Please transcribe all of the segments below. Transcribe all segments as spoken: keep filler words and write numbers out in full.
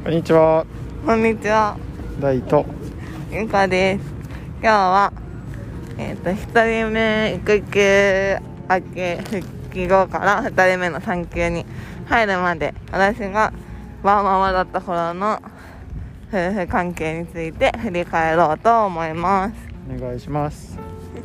こんにちは。 こんにちは。 大とゆかです。今日はえっ、ー、とひとりめ育休明け復帰後からふたりめの産休に入るまで、私がワーママだった頃の夫婦関係について振り返ろうと思います。 お願いします。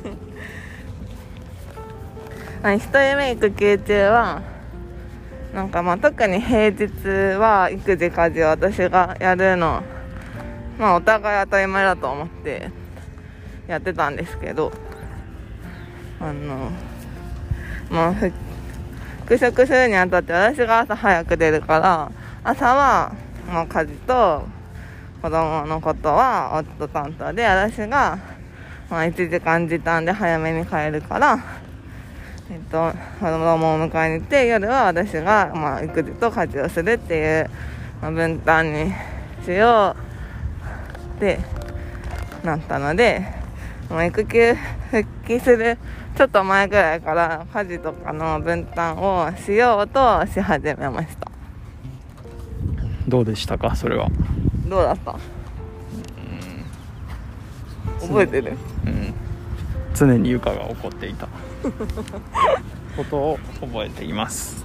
ひとりめ育休中はなんかまあ特に平日は育児家事を私がやるの、まあお互い当たり前だと思ってやってたんですけど、あのまあ復職するにあたって私が朝早く出るから、朝はもう家事と子供のことは夫担当で、私がまあいちじかん時短で早めに帰るから、えっと、子供を迎えに行って、夜は私が、まあ、育児と家事をするっていう、まあ、分担にしようってなったので、まあ、育休復帰するちょっと前ぐらいから家事とかの分担をしようとし始めました。 どうでしたか、それは。 どうだった？うん、覚えてる？ うん、常にゆかが怒っていたことを覚えています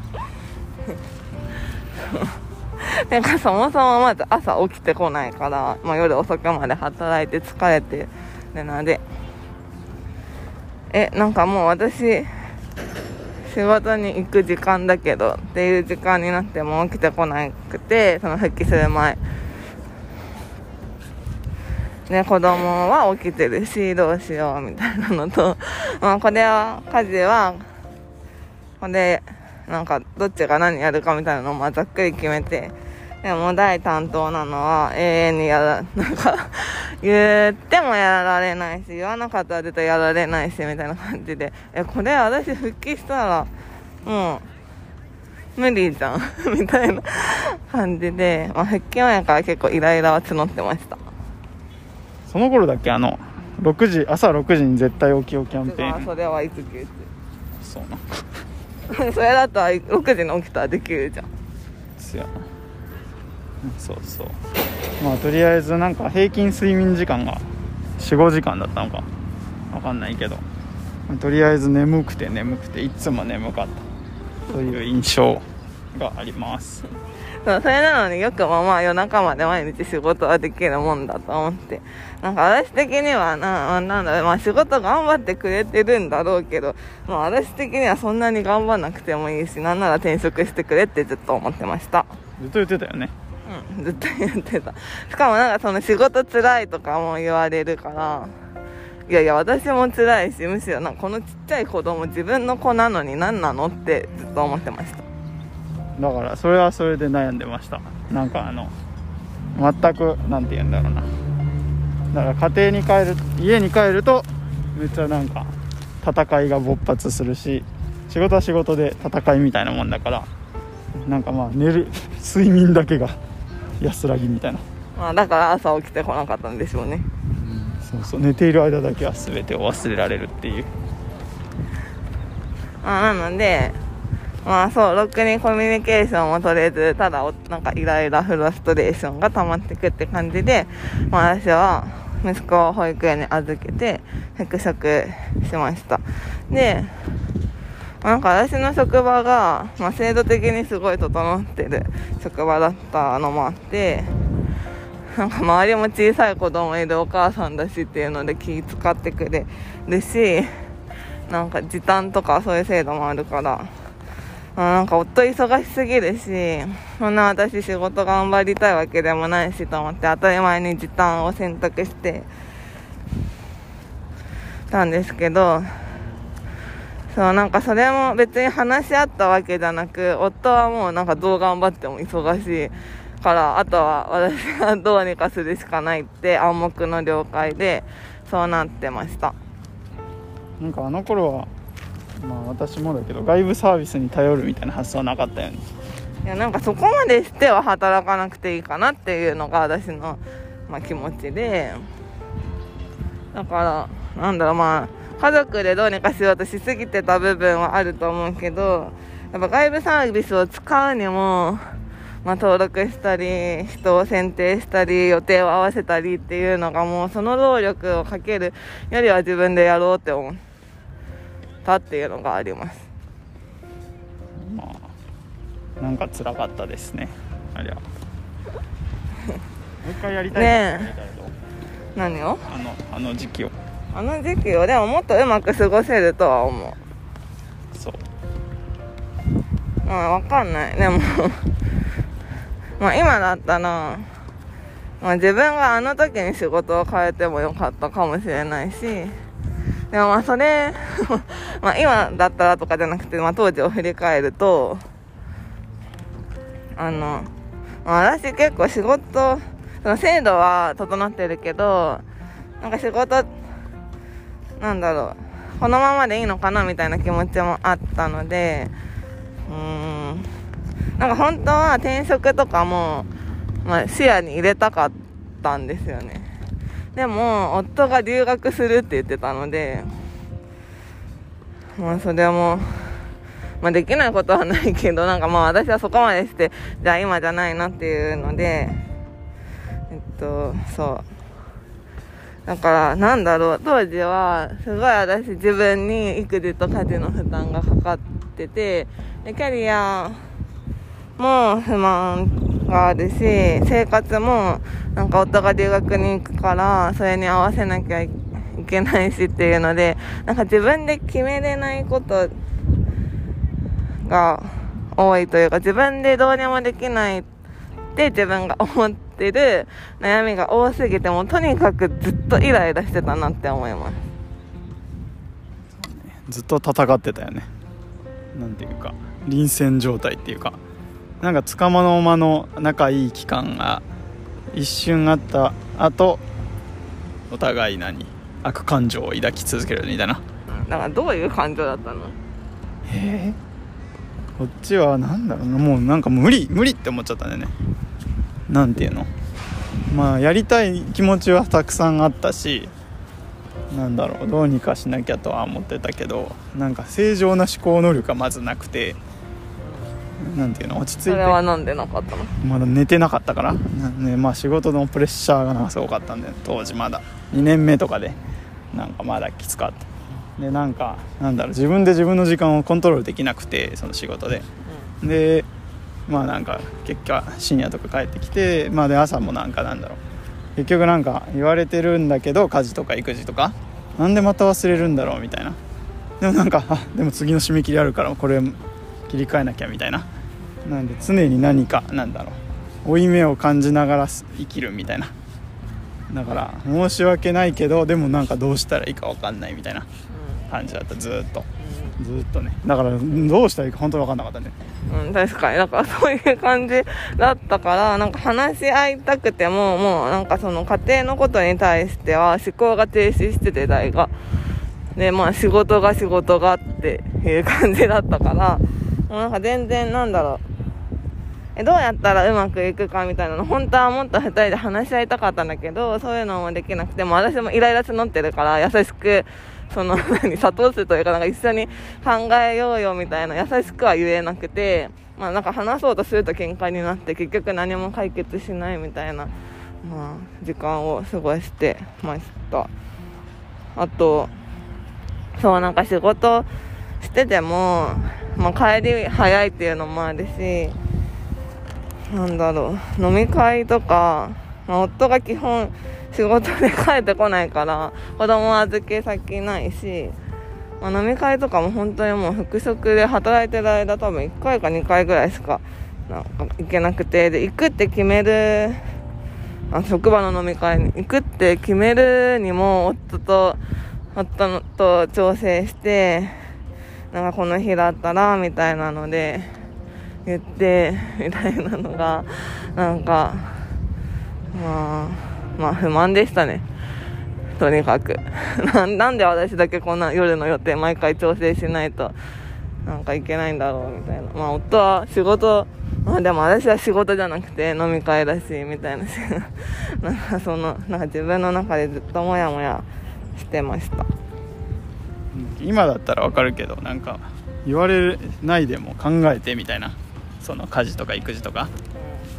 なんかそもそもまず朝起きてこないから、まあ、夜遅くまで働いて疲れてるので、えなんかもう私仕事に行く時間だけどっていう時間になっても起きてこなくて、その復帰する前ね、子供は起きてるしどうしようみたいなのと、まあこれは家事はこれなんかどっちが何やるかみたいなのをまあざっくり決めて、でも大担当なのは永遠にやらなんか言ってもやられないし、言わなかったら絶対やられないしみたいな感じで、えこれ私復帰したらもう無理じゃんみたいな感じで、まあ、復帰前から結構イライラは募ってました。 その頃だっけ、あのろくじ朝ろくじに絶対起きようキャンペーン。 それは育休中。 そうなそれだったらろくじに起きたらできるじゃん。 そやな、そうそう。まあとりあえずなんか平均睡眠時間が よん,ご 時間だったのかわかんないけど、とりあえず眠くて眠くていつも眠かったという印象がありますそうそれなのによくもまあ夜中まで毎日仕事はできるもんだと思って、なんか私的にはな、なんだろう、まあ仕事頑張ってくれてるんだろうけど、まあ私的にはそんなに頑張んなくてもいいし、なんなら転職してくれってずっと思ってました。 ずっと言ってたよね。 うん、ずっと言ってた。しかもなんかその仕事辛いとかも言われるから、いやいや私も辛いし、むしろなんかこのちっちゃい子供自分の子なのに何なのってずっと思ってました。 だからそれはそれで悩んでました。なんかあの全くなんて言うんだろうな、だから家庭に帰る家に帰るとめっちゃなんか戦いが勃発するし、仕事は仕事で戦いみたいなもんだから、なんかまあ寝る睡眠だけが安らぎみたいな、 まあ、だから朝起きてこなかったんでしょうね。 そうそう、寝ている間だけは全てを忘れられるっていう。 まあ、なのでまあそう、ろくにコミュニケーションも取れず、ただなんかイライラフラストレーションが溜まってくって感じで、まあ私は息子を保育園に預けて復職しました。で、なんか私の職場が、まあ、制度的にすごい整ってる職場だったのもあって、なんか周りも小さい子供いるお母さんだしっていうので気遣ってくれるし、なんか時短とかそういう制度もあるから、なんか夫忙しすぎるし、そんな私仕事頑張りたいわけでもないしと思って当たり前に時短を選択してたんですけど、そうなんかそれも別に話し合ったわけじゃなく、夫はもうなんかどう頑張っても忙しいから、あとは私がどうにかするしかないって暗黙の了解でそうなってました。 なんかあの頃はまあ私もだけど外部サービスに頼るみたいな発想はなかったよね。 いやなんかそこまでしては働かなくていいかなっていうのが私の、まあ、気持ちで、だからなんだろう、まあ家族でどうにかしようとしすぎてた部分はあると思うけど、やっぱ外部サービスを使うにも、 まあ、登録したり人を選定したり予定を合わせたりっていうのがもうその労力をかけるよりは自分でやろうって思ったっていうのがあります。 まあなんか辛かったですねありゃもう一回やりたいねえ何をあのあの時期をあの時期をでももっとうまく過ごせるとは思う。 そうまあ分かんないでもまあ今だったら、まあ、自分があの時に仕事を変えてもよかったかもしれないし、でもまあそれまあ今だったらとかじゃなくて、まあ、当時を振り返るとあの、まあ、私結構仕事その制度は整ってるけどなんか仕事なんだろうこのままでいいのかなみたいな気持ちもあったのでうーんなんか本当は転職とかも、まあ、視野に入れたかったんですよね。でも夫が留学するって言ってたのでまあそれも、まあ、できないことはないけどなんかまあ私はそこまでしてじゃあ今じゃないなっていうのでえっとそうだからなんだろう当時はすごい私自分に育児と家事の負担がかかっててでキャリアも不満があるし生活もなんか夫が留学に行くからそれに合わせなきゃいけないしっていうのでなんか自分で決めれないことが多いというか自分でどうにもできないって自分が思ってる悩みが多すぎてもとにかくずっとイライラしてたなって思います。 ずっと戦ってたよね。なんていうか臨戦状態っていうかなんかつかまの間の仲いい期間が一瞬あった後お互い何悪感情を抱き続けるみたいな。 だからどういう感情だったの？ えー、こっちはなんだろうなもうなんか無理無理って思っちゃったんだよね。なんていうのまあやりたい気持ちはたくさんあったしなんだろうどうにかしなきゃとは思ってたけどなんか正常な思考能力がまずなくてなんていうの落ち着いてそれはなんでなかったの？ まだ寝てなかったから、ねまあ、仕事のプレッシャーがなんかすごかったんで当時まだにねんめとかでなんかまだきつかったでなんかなんだろう自分で自分の時間をコントロールできなくてその仕事で、うん、でまあなんか結果深夜とか帰ってきてまあで朝もなんかなんだろう結局なんか言われてるんだけど家事とか育児とかなんでまた忘れるんだろうみたいなでもなんかあでも次の締め切りあるからこれ切り替えなきゃみたいななんで常に何かなんだろう負い目を感じながら生きるみたいなだから申し訳ないけどでもなんかどうしたらいいか分かんないみたいな感じだったずっとずっとねだからどうしたらいいか本当に分かんなかったね。 うん確かになんかそういう感じだったからなんか話し合いたくてももうなんかその家庭のことに対しては思考が停止してて代がでまあ仕事が仕事がっていう感じだったからもうなんか全然なんだろうえどうやったらうまくいくかみたいなの本当はもっとふたりで話し合いたかったんだけどそういうのもできなくても私もイライラ募ってるから優しくその何諭すというかなんか一緒に考えようよみたいな優しくは言えなくてまあなんか話そうとすると喧嘩になって結局何も解決しないみたいなまあ時間を過ごしてました。あとそうなんか仕事しててもまあ帰り早いっていうのもあるしなんだろう飲み会とか、まあ、夫が基本仕事で帰ってこないから子供預け先ないし、まあ、飲み会とかも本当にもう復職で働いてる間多分いっかいかにかいぐらいしかなんか行けなくてで行くって決めるあ職場の飲み会に行くって決めるにも夫と夫のと調整してなんかこの日だったらみたいなので言ってみたいなのがなんかまあまあ不満でしたねとにかくな, なんで私だけこんな夜の予定毎回調整しないとなんかいけないんだろうみたいなまあ夫は仕事まあでも私は仕事じゃなくて飲み会だしみたいななんかそのなんか自分の中でずっとモヤモヤしてました。 今だったらわかるけどなんか言われないでも考えてみたいなその家事とか育児とか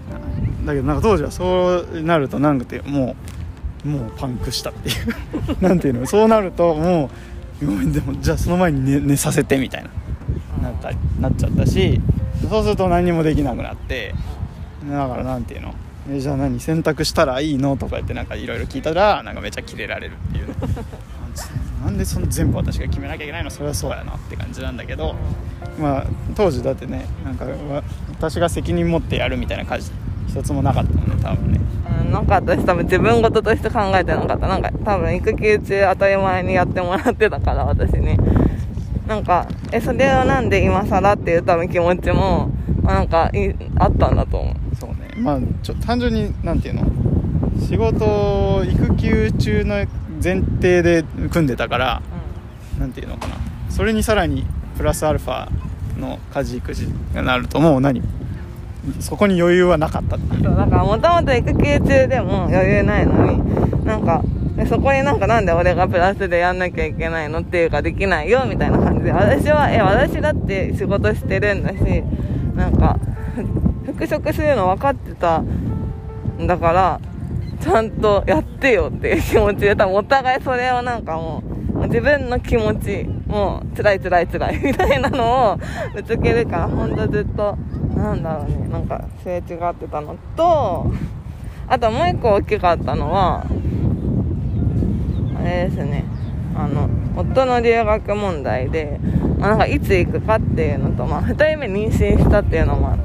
だけどなんか当時はそうなるとなんかてもうもうパンクしたっていうなんていうの、そうなるともうでもじゃあその前に 寝, 寝させてみたいななったなっちゃったし、そうすると何もできなくなって、だからなんていうの、えじゃあ何洗濯したらいいのとか言ってなんかいろいろ聞いたらなんかめっちゃキレられるっていう、ね、なんでその全部私が決めなきゃいけないの、それはそうやなって感じなんだけど、まあ当時だってね、なんか私が責任持ってやるみたいな感じ一つもなかったもんね、多分ね。 うん、なんか私多分自分事として考えてなかった。なんか多分育休中当たり前にやってもらってたから私に、なんかえそれをなんで今更っていう多分気持ちも、まあ、なんかいあったんだと思う。 そうね、まあちょ単純になんていうの、仕事育休中の前提で組んでたから、うん、なんていうのかな、それにさらにプラスアルファの家事育児がなるともう何そこに余裕はなかったっていう。 そうだからもともと育休中でも余裕ないのに、なんかそこになんかなんで俺がプラスでやんなきゃいけないのっていうかできないよみたいな感じで、私はえ私だって仕事してるんだし、なんか復職するの分かってたんだからちゃんとやってよっていう気持ちで、多分お互いそれをなんかもう自分の気持ちもう辛い辛い辛いみたいなのをぶつけるから、ほんとずっとなんだろうね、なんかすれ違ってたのと、あともう一個大きかったのはあれですね、あの夫の留学問題で、まあ、なんかいつ行くかっていうのと、まあ、ふたりめ妊娠したっていうのもあって、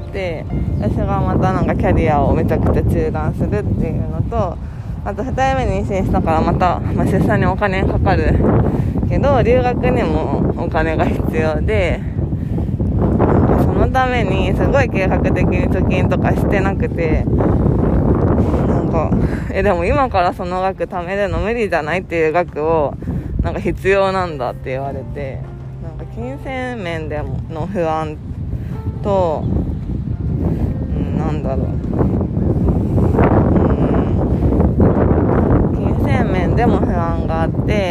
私がまたなんかキャリアをめちゃくちゃ中断するっていうのと、あとふたりめ妊娠したからまた、まあ、出産にお金かかるけど留学にもお金が必要で、そのためにすごい計画的に貯金とかしてなくて、なんかえでも今からその額貯めるの無理じゃないっていう額をなんか必要なんだって言われて、なんか金銭面での不安と、うん、なんだろう、うん、金銭面でも不安があって、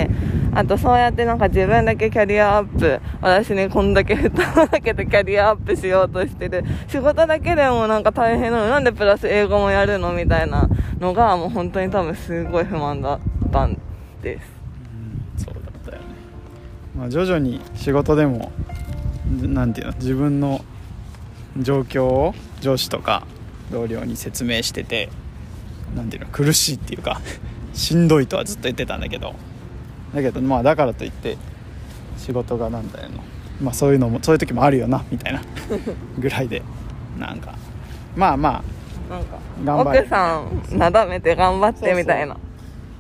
あとそうやってなんか自分だけキャリアアップ、私にこんだけ負担をかけてキャリアアップしようとしてる、仕事だけでもなんか大変なの、なんでプラス英語もやるのみたいなのがもう本当に多分すごい不満だったんです。 うん、そうだったよね。まあ徐々に仕事でもなんていうの、自分の状況を上司とか同僚に説明してて、なんていうの、苦しいっていうかしんどいとはずっと言ってたんだけど、だけどまあだからといって仕事がなんだよの、まあそういうのもそういう時もあるよなみたいなぐらいで、なんかまあまあなんか頑張れ奥さんなだめて頑張ってみたいな、 そうそう、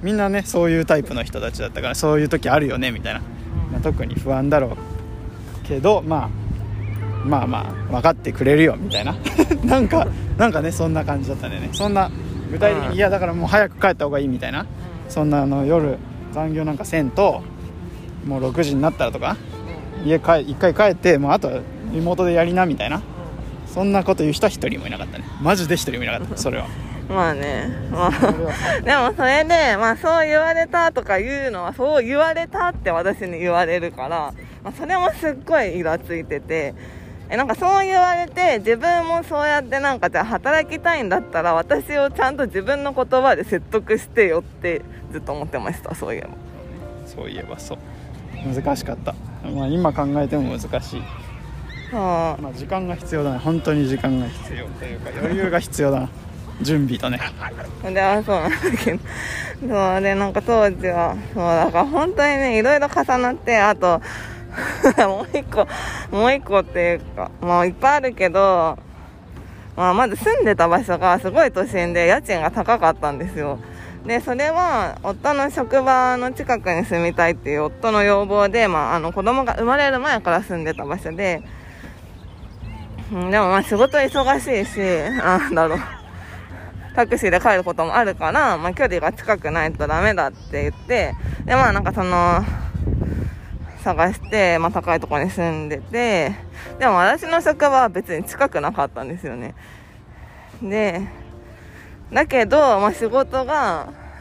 みんなねそういうタイプの人たちだったから、そういう時あるよねみたいな、まあ、特に不安だろうけど、まあまあまあ分かってくれるよみたいななんかなんかねそんな感じだったんだよね。そんな具体的に、うん、いやだからもう早く帰った方がいいみたいな、うん、そんなあの夜残業なんかせんともうろくじになったらとか、うん、家帰一回帰ってもうあとはリモートでやりなみたいな、うん、そんなこと言う人は一人もいなかったね。マジで一人もいなかったそれはまあね、まあ、でもそれで、まあ、そう言われたとか言うのはそう言われたって私に言われるから、まあ、それもすっごいイラついてて、えなんかそう言われて自分もそうやってなんかじゃあ働きたいんだったら私をちゃんと自分の言葉で説得してよってずっと思ってました。そういえばそういえばそう難しかった、まあ、今考えても難しい、はあまあ、時間が必要だね。本当に時間が必要というか余裕が必要だな準備とね。 であそうなんだけど、そうでなんか当時はそうだから本当にねいろいろ重なって、あともう一個もう一個っていうかまあいっぱいあるけど、まあ、まず住んでた場所がすごい都心で家賃が高かったんですよ。でそれは夫の職場の近くに住みたいっていう夫の要望で、まあ、あの子供が生まれる前から住んでた場所で、でもまあ仕事忙しいし、なんだろうタクシーで帰ることもあるから、まあ、距離が近くないとダメだって言って、でまあなんかその探して、まあ、高いところに住んでて、でも私の職場は別に近くなかったんですよね。でだけど、まあ、仕事が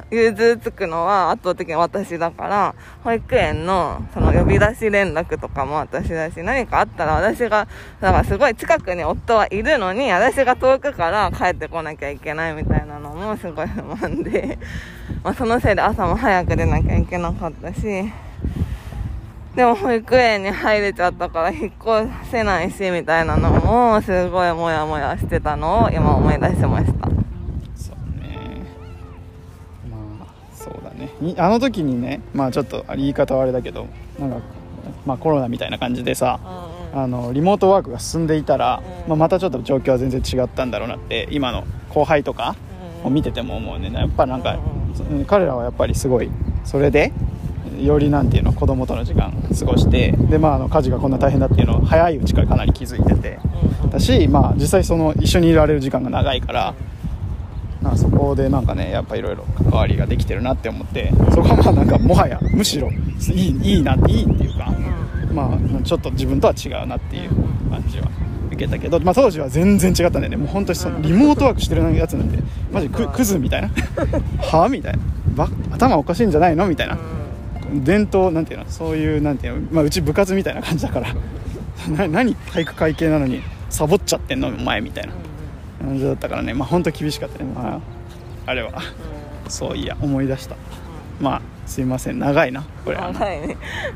融通つくのは圧倒的に私だから、保育園のその呼び出し連絡とかも私だし、何かあったら私が、だからすごい近くに夫はいるのに、私が遠くから帰ってこなきゃいけないみたいなのもすごい不満で、まあ、そのせいで朝も早く出なきゃいけなかったし、でも保育園に入れちゃったから引っ越せないしみたいなのもすごいモヤモヤしてたのを今思い出しました。 そうね、まあそうだね、あの時にね、まあちょっと言い方はあれだけど、なんか、まあ、コロナみたいな感じでさ、うんうん、あのリモートワークが進んでいたら、うんまあ、またちょっと状況は全然違ったんだろうなって今の後輩とかを見てても思うね。やっぱなんか、うんうん、彼らはやっぱりすごいそれでよりなんていうの子供との時間過ごして、で、まあ、あの家事がこんな大変だっていうのを早いうちからかなり気づいててだし、まあ、実際その一緒にいられる時間が長いからなんかそこでなんかねやっぱいろいろ関わりができてるなって思って、そこはまあなんかもはやむしろいい、いいなっていいっていうか、まあ、ちょっと自分とは違うなっていう感じは受けたけど、まあ、当時は全然違ったんだよね。もう本当にそのリモートワークしてるやつなんてマジククズみたいなはみたいな、ば頭おかしいんじゃないのみたいな、伝統なんていうの、そういうなんていうの、まあ、うち部活みたいな感じだからな何体育会系なのにサボっちゃってんのお前みたいな感じだったからね、まあ本当厳しかったね、まあ、あれはそういや思い出した。まあすいません、長いなこれ。 長いね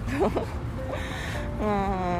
うん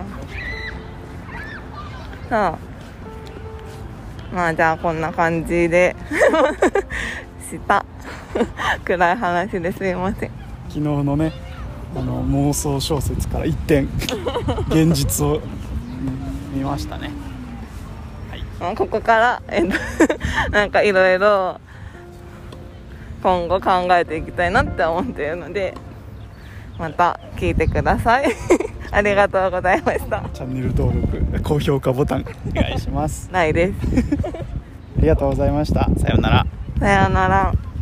さあまあじゃあこんな感じでした暗い話ですいません。 昨日のねあの妄想小説から一転現実を、ね、見ましたね。 はい、ここからえっとなんかいろいろ今後考えていきたいなって思っているのでまた聞いてくださいありがとうございました。 チャンネル登録高評価ボタンお願いしますないですありがとうございました。さようなら。 さようなら。